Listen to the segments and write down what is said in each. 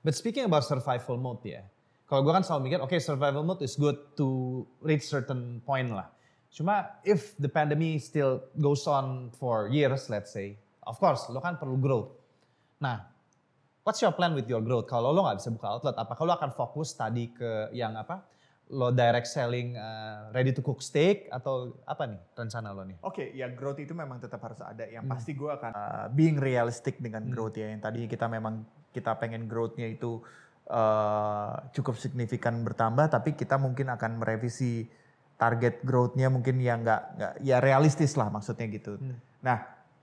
But speaking about survival mode ya, kalau gue kan selalu mikir, okay, survival mode is good to reach certain point lah. Cuma if the pandemic still goes on for years, let's say, of course lo kan perlu growth. Nah, what's your plan with your growth? Kalau lo nggak bisa buka outlet, apakah lo akan fokus tadi ke yang apa? Lo direct selling ready to cook steak atau apa nih rencana lo nih? Oke, ya growth itu memang tetap harus ada. Yang pasti gue akan being realistic dengan growth ya. Yang tadi kita pengen growth-nya itu cukup signifikan bertambah, tapi kita mungkin akan merevisi target growth-nya mungkin yang nggak ya realistis lah maksudnya gitu. Nah,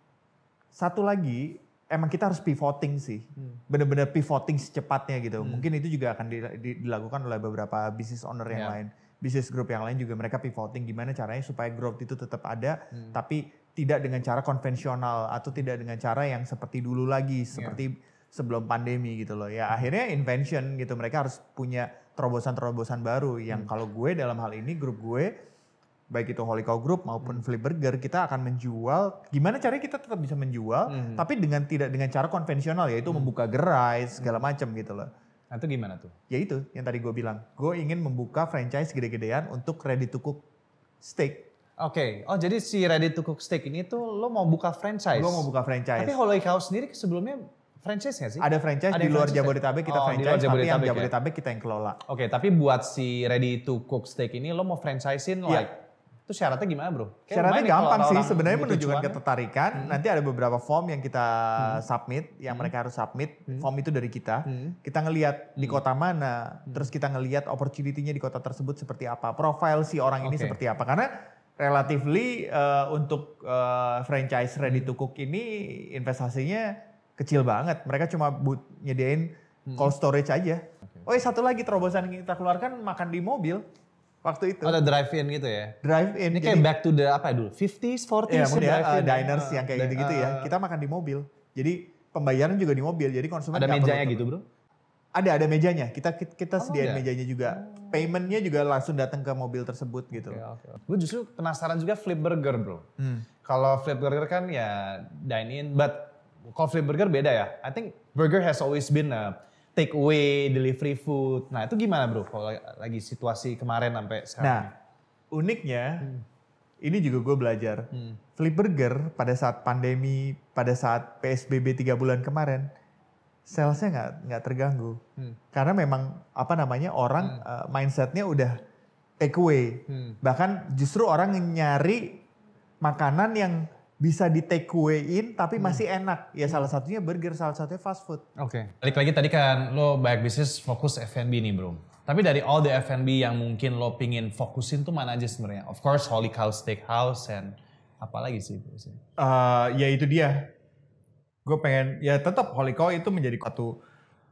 satu lagi emang kita harus pivoting sih, bener-bener pivoting secepatnya gitu. Mungkin itu juga akan dilakukan oleh beberapa business owner yang lain, business group yang lain juga mereka pivoting gimana caranya supaya growth itu tetap ada, tapi tidak dengan cara konvensional atau tidak dengan cara yang seperti dulu lagi, seperti sebelum pandemi gitu loh. Ya akhirnya invention gitu, mereka harus punya terobosan-terobosan baru yang kalau gue dalam hal ini grup gue, baik itu Holy Cow Group maupun Flip Burger, kita akan menjual, gimana caranya kita tetap bisa menjual, tapi tidak dengan cara konvensional, yaitu membuka gerai, segala macam gitu loh. Nah itu gimana tuh? Ya itu yang tadi gue bilang, gue ingin membuka franchise gede-gedean untuk ready to cook steak. Oke, oh jadi si ready to cook steak ini tuh lo mau buka franchise? Gue mau buka franchise. Tapi Holy Cow sendiri sebelumnya franchise nggak sih? Ada franchise di luar Jabodetabek kita franchise, tapi yang Jabodetabek kita yang kelola. Oke, tapi buat si ready to cook steak ini lo mau franchisein itu syaratnya gimana bro? Syaratnya gampang sih, sebenarnya menunjukkan ketertarikan. Nanti ada beberapa form yang kita submit, yang mereka harus submit. Form itu dari kita. Kita ngelihat di kota mana, terus kita ngelihat opportunity-nya di kota tersebut seperti apa, profile si orang ini seperti apa. Karena relatively untuk franchise ready to cook ini investasinya kecil banget. Mereka cuma nyediain cold storage aja. Oh satu lagi terobosan yang kita keluarkan, makan di mobil. Waktu itu. Ada drive-in gitu ya? Drive-in. Ini kayak back to the apa dulu? 50s, 40s ya, diners yang kayak gitu-gitu ya. Kita makan di mobil. Jadi pembayaran juga di mobil. Jadi konsumen ada mejanya gitu bro? Ada mejanya. Kita sediain mejanya juga. Paymentnya juga langsung datang ke mobil tersebut gitu. Gue justru penasaran juga Flip Burger bro. Kalau Flip Burger kan ya dine-in, but kalau Flip Burger beda ya. I think burger has always been a take away, delivery food. Nah itu gimana bro kalau lagi situasi kemarin sampai sekarang? Nah uniknya, ini juga gue belajar. Flip Burger pada saat pandemi, pada saat PSBB 3 bulan kemarin, salesnya nggak terganggu. Karena memang orang mindsetnya udah take away. Bahkan justru orang nyari makanan yang bisa di take away-in tapi masih enak. Ya salah satunya burger, salah satunya fast food. Oke. Balik lagi tadi kan lo banyak bisnis fokus F&B nih bro. Tapi dari all the F&B yang mungkin lo pingin fokusin tuh mana aja sebenarnya? Of course Holy Cow Steakhouse and apa lagi sih? Ya itu dia. Gue pengen, ya tetap Holy Cow itu menjadi satu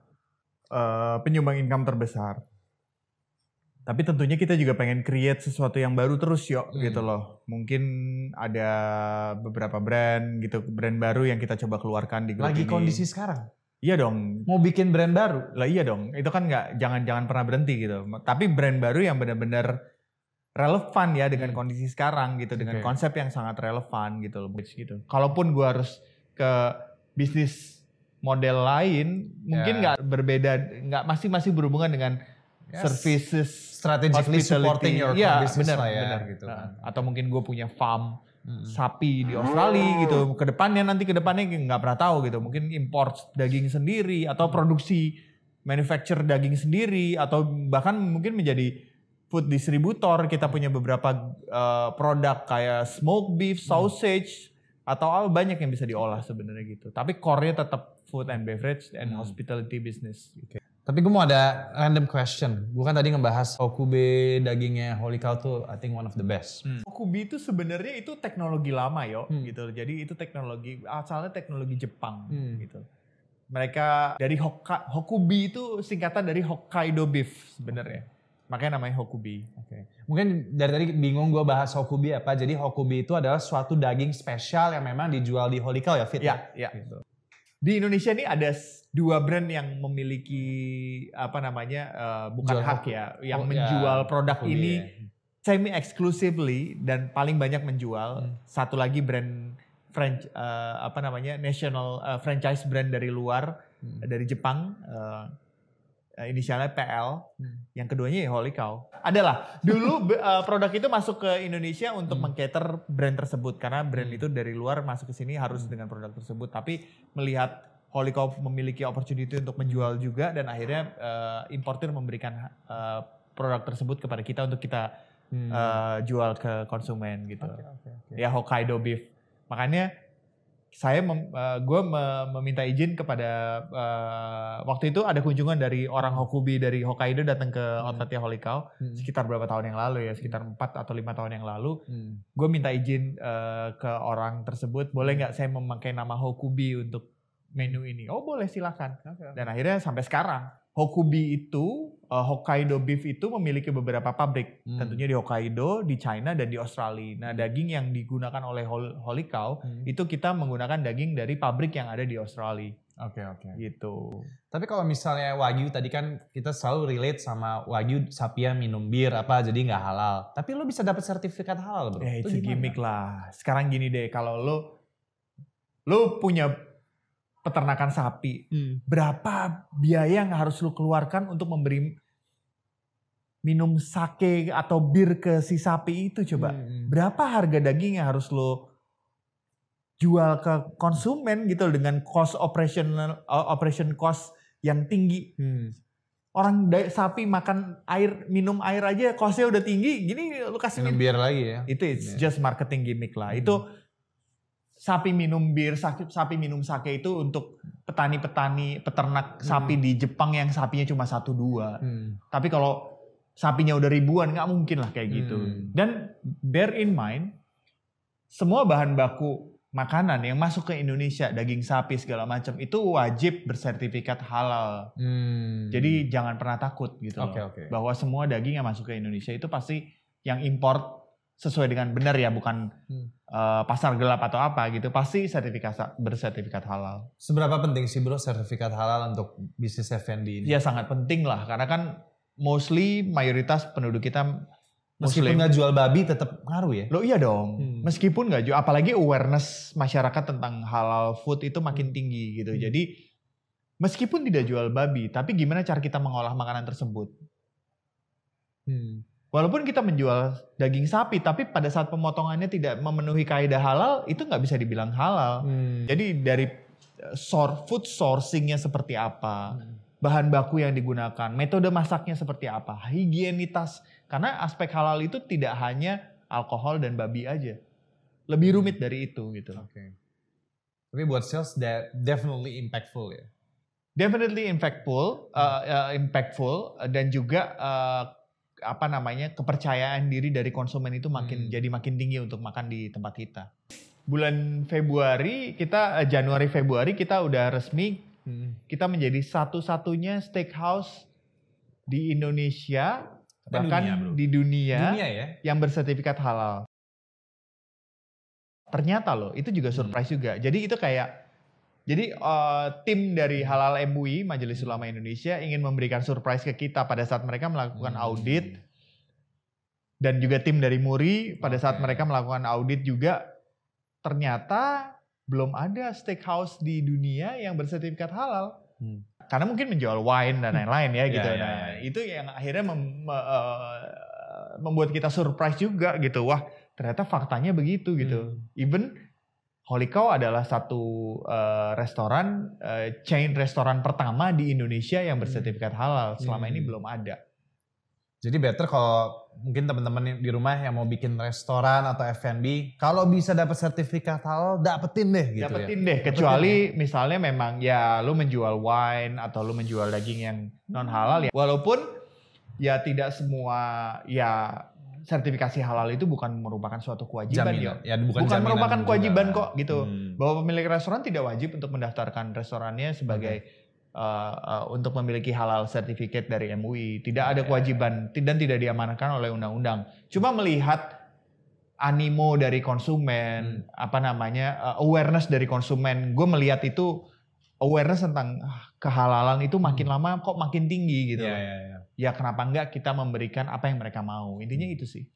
penyumbang income terbesar. Tapi tentunya kita juga pengen create sesuatu yang baru terus gitu loh. Mungkin ada beberapa brand gitu, brand baru yang kita coba keluarkan di grup Lagi ini. kondisi sekarang? Iya dong. Mau bikin brand baru? Lah iya dong, itu kan jangan pernah berhenti gitu. Tapi brand baru yang benar-benar relevan ya dengan kondisi sekarang gitu, dengan konsep yang sangat relevan gitu loh. Gitu. Kalaupun gue harus ke bisnis model lain, mungkin nggak berbeda, masih berhubungan dengan services, strategically supporting your business bener, lah ya. Bener. Gitu kan. Atau mungkin gue punya farm sapi di Australia gitu. Kedepannya nggak pernah tahu gitu. Mungkin import daging sendiri atau produksi manufacture daging sendiri atau bahkan mungkin menjadi food distributor. Kita punya beberapa produk kayak smoked beef, sausage atau banyak yang bisa diolah sebenarnya gitu. Tapi core-nya tetap food and beverage and hospitality business. Okay. Tapi gue mau ada random question. Gue kan tadi ngebahas Hokube dagingnya Holy Cow tuh I think one of the best. Hokube itu sebenarnya itu teknologi lama gitu. Jadi itu asalnya teknologi Jepang gitu. Mereka dari Hokube itu singkatan dari Hokkaido beef sebenarnya. Makanya namanya Hokube. Okay. Mungkin dari tadi bingung gue bahas Hokube apa. Jadi Hokube itu adalah suatu daging spesial yang memang dijual di Holy Cow ya Fit? Iya. Gitu. Di Indonesia ini ada 2 brand yang memiliki bukan hak yang menjual produk ini semi exclusively dan paling banyak menjual. Satu lagi brand national franchise brand dari luar dari Jepang inisialnya PL, yang keduanya ya Holy Cow. Adalah dulu produk itu masuk ke Indonesia untuk mengcater brand tersebut karena brand itu dari luar masuk ke sini harus dengan produk tersebut. Tapi melihat Holy Cow memiliki opportunity untuk menjual juga dan akhirnya importer memberikan produk tersebut kepada kita untuk kita jual ke konsumen gitu. Okay. Ya Hokkaido beef. Makanya saya meminta izin kepada waktu itu ada kunjungan dari orang Hokubi dari Hokkaido datang ke outletnya Holy Cow sekitar berapa tahun yang lalu ya, sekitar 4 atau 5 tahun yang lalu. Gue minta izin ke orang tersebut, boleh nggak saya memakai nama Hokubi untuk menu ini? Oh boleh, silakan. Dan akhirnya sampai sekarang Hokubi itu, Hokkaido beef itu memiliki beberapa pabrik. Tentunya di Hokkaido, di China, dan di Australia. Nah daging yang digunakan oleh Holy Cow, itu kita menggunakan daging dari pabrik yang ada di Australia. Oke. Gitu. Tapi kalau misalnya Wagyu tadi kan kita selalu relate sama Wagyu sapi yang minum bir apa jadi nggak halal. Tapi lo bisa dapat sertifikat halal bro. Itu gimmick lah. Sekarang gini deh, kalau lo punya peternakan sapi, berapa biaya yang harus lu keluarkan untuk memberi minum sake atau bir ke si sapi itu coba? Berapa harga daging yang harus lu jual ke konsumen gitu dengan operation cost yang tinggi? Orang sapi makan air, minum air aja costnya udah tinggi, gini lu kasih minum bir lagi ya? Itu just marketing gimmick lah. Itu sapi minum bir, sapi minum sake itu untuk petani-petani, peternak sapi di Jepang yang sapinya cuma 1-2. Tapi kalau sapinya udah ribuan, nggak mungkin lah kayak gitu. Dan bear in mind, semua bahan baku makanan yang masuk ke Indonesia, daging sapi segala macam, itu wajib bersertifikat halal. Jadi jangan pernah takut gitu loh. Bahwa semua daging yang masuk ke Indonesia itu pasti yang import sesuai dengan benar ya, bukan pasar gelap atau apa gitu, pasti bersertifikat halal. Seberapa penting sih bro sertifikat halal untuk bisnis F&B ini? Ya sangat penting lah, karena kan mostly mayoritas penduduk kita meskipun nggak jual babi tetap ngaruh ya? Loh iya dong, meskipun nggak jual, apalagi awareness masyarakat tentang halal food itu makin tinggi gitu. Jadi meskipun tidak jual babi, tapi gimana cara kita mengolah makanan tersebut? Walaupun kita menjual daging sapi, tapi pada saat pemotongannya tidak memenuhi kaidah halal, itu nggak bisa dibilang halal. Jadi dari food sourcingnya seperti apa, bahan baku yang digunakan, metode masaknya seperti apa, higienitas. Karena aspek halal itu tidak hanya alkohol dan babi aja, lebih rumit dari itu gitu. Tapi buat sales definitely impactful ya. Definitely impactful dan juga kepercayaan diri dari konsumen itu jadi makin tinggi untuk makan di tempat kita. Bulan Januari Februari kita udah resmi kita menjadi satu-satunya steakhouse di Indonesia bahkan di dunia ya? Yang bersertifikat halal. Ternyata loh itu juga surprise juga. Jadi itu tim dari Halal MUI, Majelis Ulama Indonesia, ingin memberikan surprise ke kita pada saat mereka melakukan audit. Dan juga tim dari MURI pada saat mereka melakukan audit juga, ternyata belum ada steakhouse di dunia yang bersertifikat halal. Karena mungkin menjual wine dan lain-lain ya gitu. Itu yang akhirnya membuat kita surprise juga gitu. Wah ternyata faktanya begitu gitu. Even Holy Cow adalah satu restoran, chain restoran pertama di Indonesia yang bersertifikat halal. Selama ini belum ada. Jadi better kalau mungkin teman-teman di rumah yang mau bikin restoran atau F&B, kalau bisa dapat sertifikat halal, dapetin deh gitu. Dapetin deh, kecuali misalnya memang ya lu menjual wine atau lu menjual daging yang non halal ya. Walaupun ya tidak semua ya sertifikasi halal itu bukan merupakan suatu kewajiban bukan merupakan kewajiban kok gitu. Bahwa pemilik restoran tidak wajib untuk mendaftarkan restorannya sebagai untuk memiliki halal certificate dari MUI. Tidak ada kewajiban dan tidak diamanahkan oleh undang-undang. Cuma melihat animo dari konsumen, awareness dari konsumen. Gue melihat itu awareness tentang kehalalan itu makin lama kok makin tinggi gitu. Ya kenapa enggak kita memberikan apa yang mereka mau. Intinya itu sih.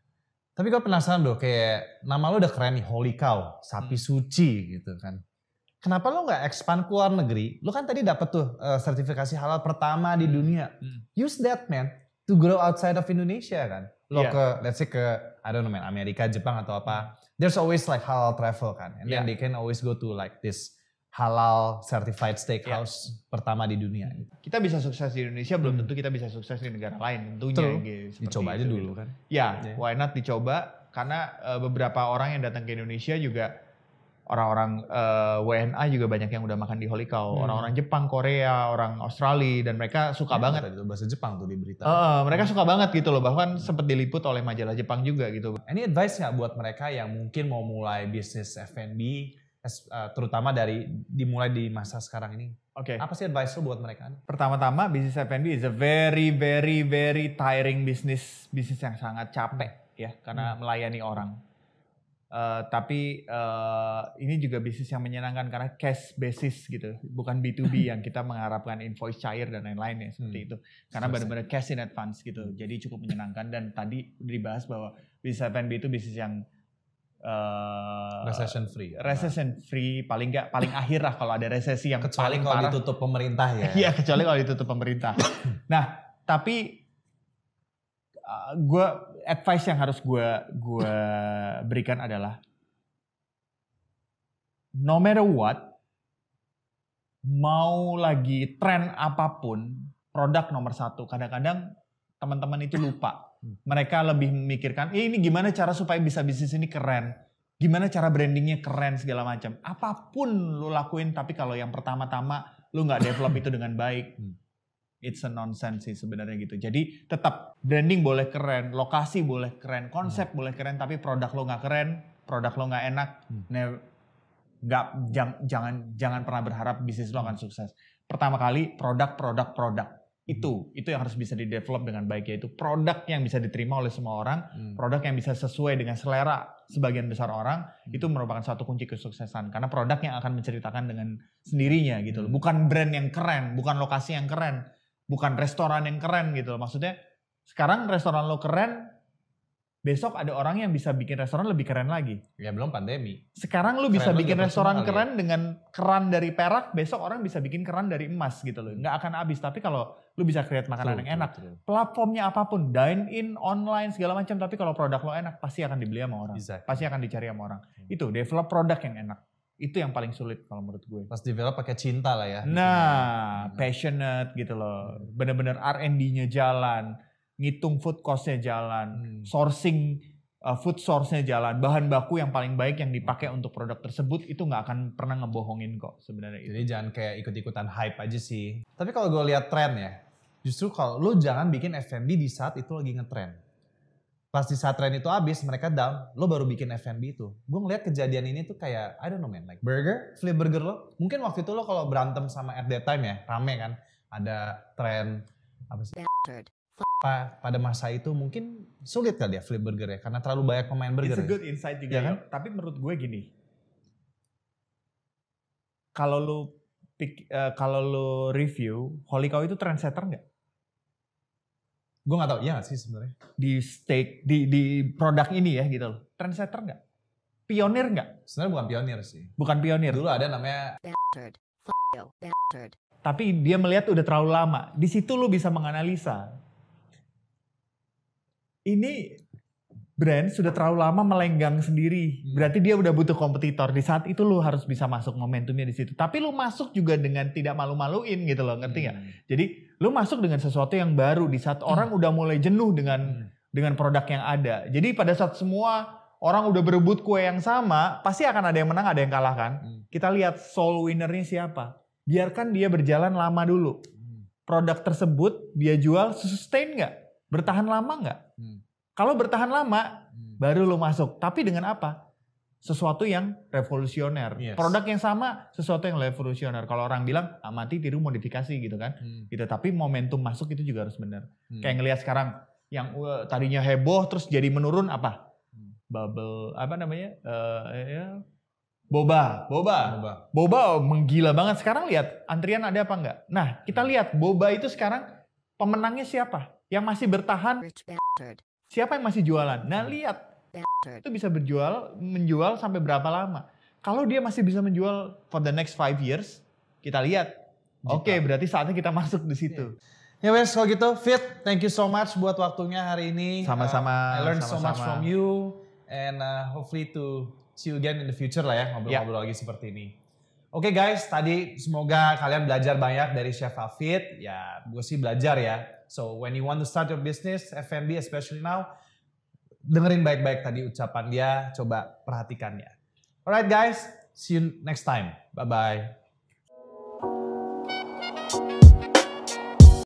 Tapi gue penasaran kayak nama lo udah keren nih, Holy Cow, sapi suci gitu kan. Kenapa lo nggak expand ke luar negeri? Lo kan tadi dapet tuh sertifikasi halal pertama di dunia. Use that man to grow outside of Indonesia kan. Lo ke, let's say ke, I don't know man, Amerika, Jepang atau apa. There's always like halal travel kan. And then they can always go to like this halal certified steakhouse pertama di dunia. Kita bisa sukses di Indonesia, belum tentu kita bisa sukses di negara lain tentunya. Gitu, dicoba aja dulu kan. Ya, why not dicoba? Karena beberapa orang yang datang ke Indonesia juga orang-orang WNA juga banyak yang udah makan di Holy Cow. Orang-orang Jepang, Korea, orang Australia, dan mereka suka banget. Itu bahasa Jepang tuh di berita. Mereka suka banget gitu loh, bahkan sempat diliput oleh majalah Jepang juga gitu. Any advice nggak buat mereka yang mungkin mau mulai bisnis F&B, terutama dimulai di masa sekarang ini? Apa sih advice lo buat mereka? Pertama-tama, bisnis F&B is a very, very, very tiring bisnis yang sangat capek ya, karena melayani orang. Tapi ini juga bisnis yang menyenangkan karena cash basis gitu, bukan B2B yang kita mengharapkan invoice cair dan lain-lain ya seperti itu. Karena benar-benar cash in advance gitu, jadi cukup menyenangkan. Dan tadi dibahas bahwa bisnis F&B itu bisnis yang recession free, paling akhir lah kalau ada resesi yang kecuali paling kalau parah. ditutup pemerintah ya. Iya, kecuali kalau ditutup pemerintah. Nah, tapi advice yang harus gue berikan adalah no matter what, mau lagi tren apapun, produk nomor satu. Kadang-kadang teman-teman itu lupa. Mereka lebih memikirkan, ini gimana cara supaya bisa bisnis ini keren, gimana cara brandingnya keren segala macam. Apapun lo lakuin, tapi kalau yang pertama-tama lo nggak develop itu dengan baik, it's a nonsense sih sebenarnya gitu. Jadi tetap branding boleh keren, lokasi boleh keren, konsep boleh keren, tapi produk lo nggak keren, produk lo nggak enak, jangan pernah berharap bisnis lo akan sukses. Pertama kali produk. Itu yang harus bisa di-develop dengan baik, yaitu produk yang bisa diterima oleh semua orang, produk yang bisa sesuai dengan selera sebagian besar orang, itu merupakan suatu kunci kesuksesan. Karena produk yang akan menceritakan dengan sendirinya gitu loh. Bukan brand yang keren, bukan lokasi yang keren, bukan restoran yang keren gitu loh. Maksudnya sekarang restoran lo keren, besok ada orang yang bisa bikin restoran lebih keren lagi. Ya belum pandemi. Sekarang lu bisa bikin restoran keren dengan keran dari perak, besok orang bisa bikin keran dari emas gitu loh. Nggak akan habis. Tapi kalau lu bisa create makanan yang enak, platformnya apapun, dine in, online, segala macam. Tapi kalau produk lo enak, pasti akan dibeli sama orang. Pasti akan dicari sama orang. Itu develop produk yang enak. Itu yang paling sulit kalau menurut gue. Pas develop pakai cinta lah ya. Nah, passionate gitu loh. Bener-bener R&D-nya jalan. Ngitung food cost-nya jalan, sourcing food source-nya jalan, bahan baku yang paling baik yang dipakai untuk produk tersebut itu nggak akan pernah ngebohongin kok sebenarnya. Jadi jangan kayak ikut-ikutan hype aja sih. Tapi kalau gue lihat tren ya, justru kalau lo jangan bikin F&B di saat itu lagi ngetren. Pas di saat tren itu habis, mereka down, lo baru bikin F&B itu. Gue ngeliat kejadian ini tuh kayak, I don't know man, like flip burger lo. Mungkin waktu itu lo kalau berantem sama at that time ya, rame kan, ada tren apa sih? Pada masa itu mungkin sulit kali ya flip burger ya, karena terlalu banyak pemain burger. It's a good insight juga ya kan? Tapi menurut gue gini, kalau lu review, Holy Cow itu trendsetter nggak? Gue nggak tahu, iya sih sebenarnya. Di steak, di produk ini ya gitu loh, trendsetter nggak? Pionir nggak? Sebenarnya bukan pionir sih. Bukan pionir. Dulu ada namanya. Tapi dia melihat udah terlalu lama. Di situ lu bisa menganalisa. Ini brand sudah terlalu lama melenggang sendiri. Berarti dia udah butuh kompetitor. Di saat itu lu harus bisa masuk momentumnya di situ. Tapi lu masuk juga dengan tidak malu-maluin gitu loh, ngerti gak? Jadi lu masuk dengan sesuatu yang baru di saat orang udah mulai jenuh dengan produk yang ada. Jadi pada saat semua orang udah berebut kue yang sama, pasti akan ada yang menang, ada yang kalah kan? Kita lihat soul winnernya siapa. Biarkan dia berjalan lama dulu. Produk tersebut dia jual sustain gak? Bertahan lama nggak? Kalau bertahan lama, baru lo masuk. Tapi dengan apa? Sesuatu yang revolusioner. Yes. Produk yang sama, sesuatu yang revolusioner. Kalau orang bilang, amati, tiru, modifikasi gitu kan. Gitu. Tapi momentum masuk itu juga harus benar. Kayak ngelihat sekarang, yang tadinya heboh, terus jadi menurun apa? Bubble, apa namanya? Boba menggila banget. Sekarang lihat, antrian ada apa enggak? Nah, kita lihat boba itu sekarang pemenangnya siapa? Yang masih bertahan, siapa yang masih jualan? Nah lihat, itu bisa menjual sampai berapa lama. Kalau dia masih bisa menjual for the next 5 years, kita lihat. Oke, berarti saatnya kita masuk di situ. Ya wes, kalau gitu Fit, thank you so much buat waktunya hari ini. Sama-sama. I learned so much sama-sama. from you and hopefully to see you again in the future lah ya, ngobrol-ngobrol lagi seperti ini. Oke guys, tadi semoga kalian belajar banyak dari Chef Hafid. Ya, gue sih belajar ya. So when you want to start your business, F&B especially now, dengerin baik-baik tadi ucapan dia, coba perhatikannya. Alright guys, see you next time. Bye-bye.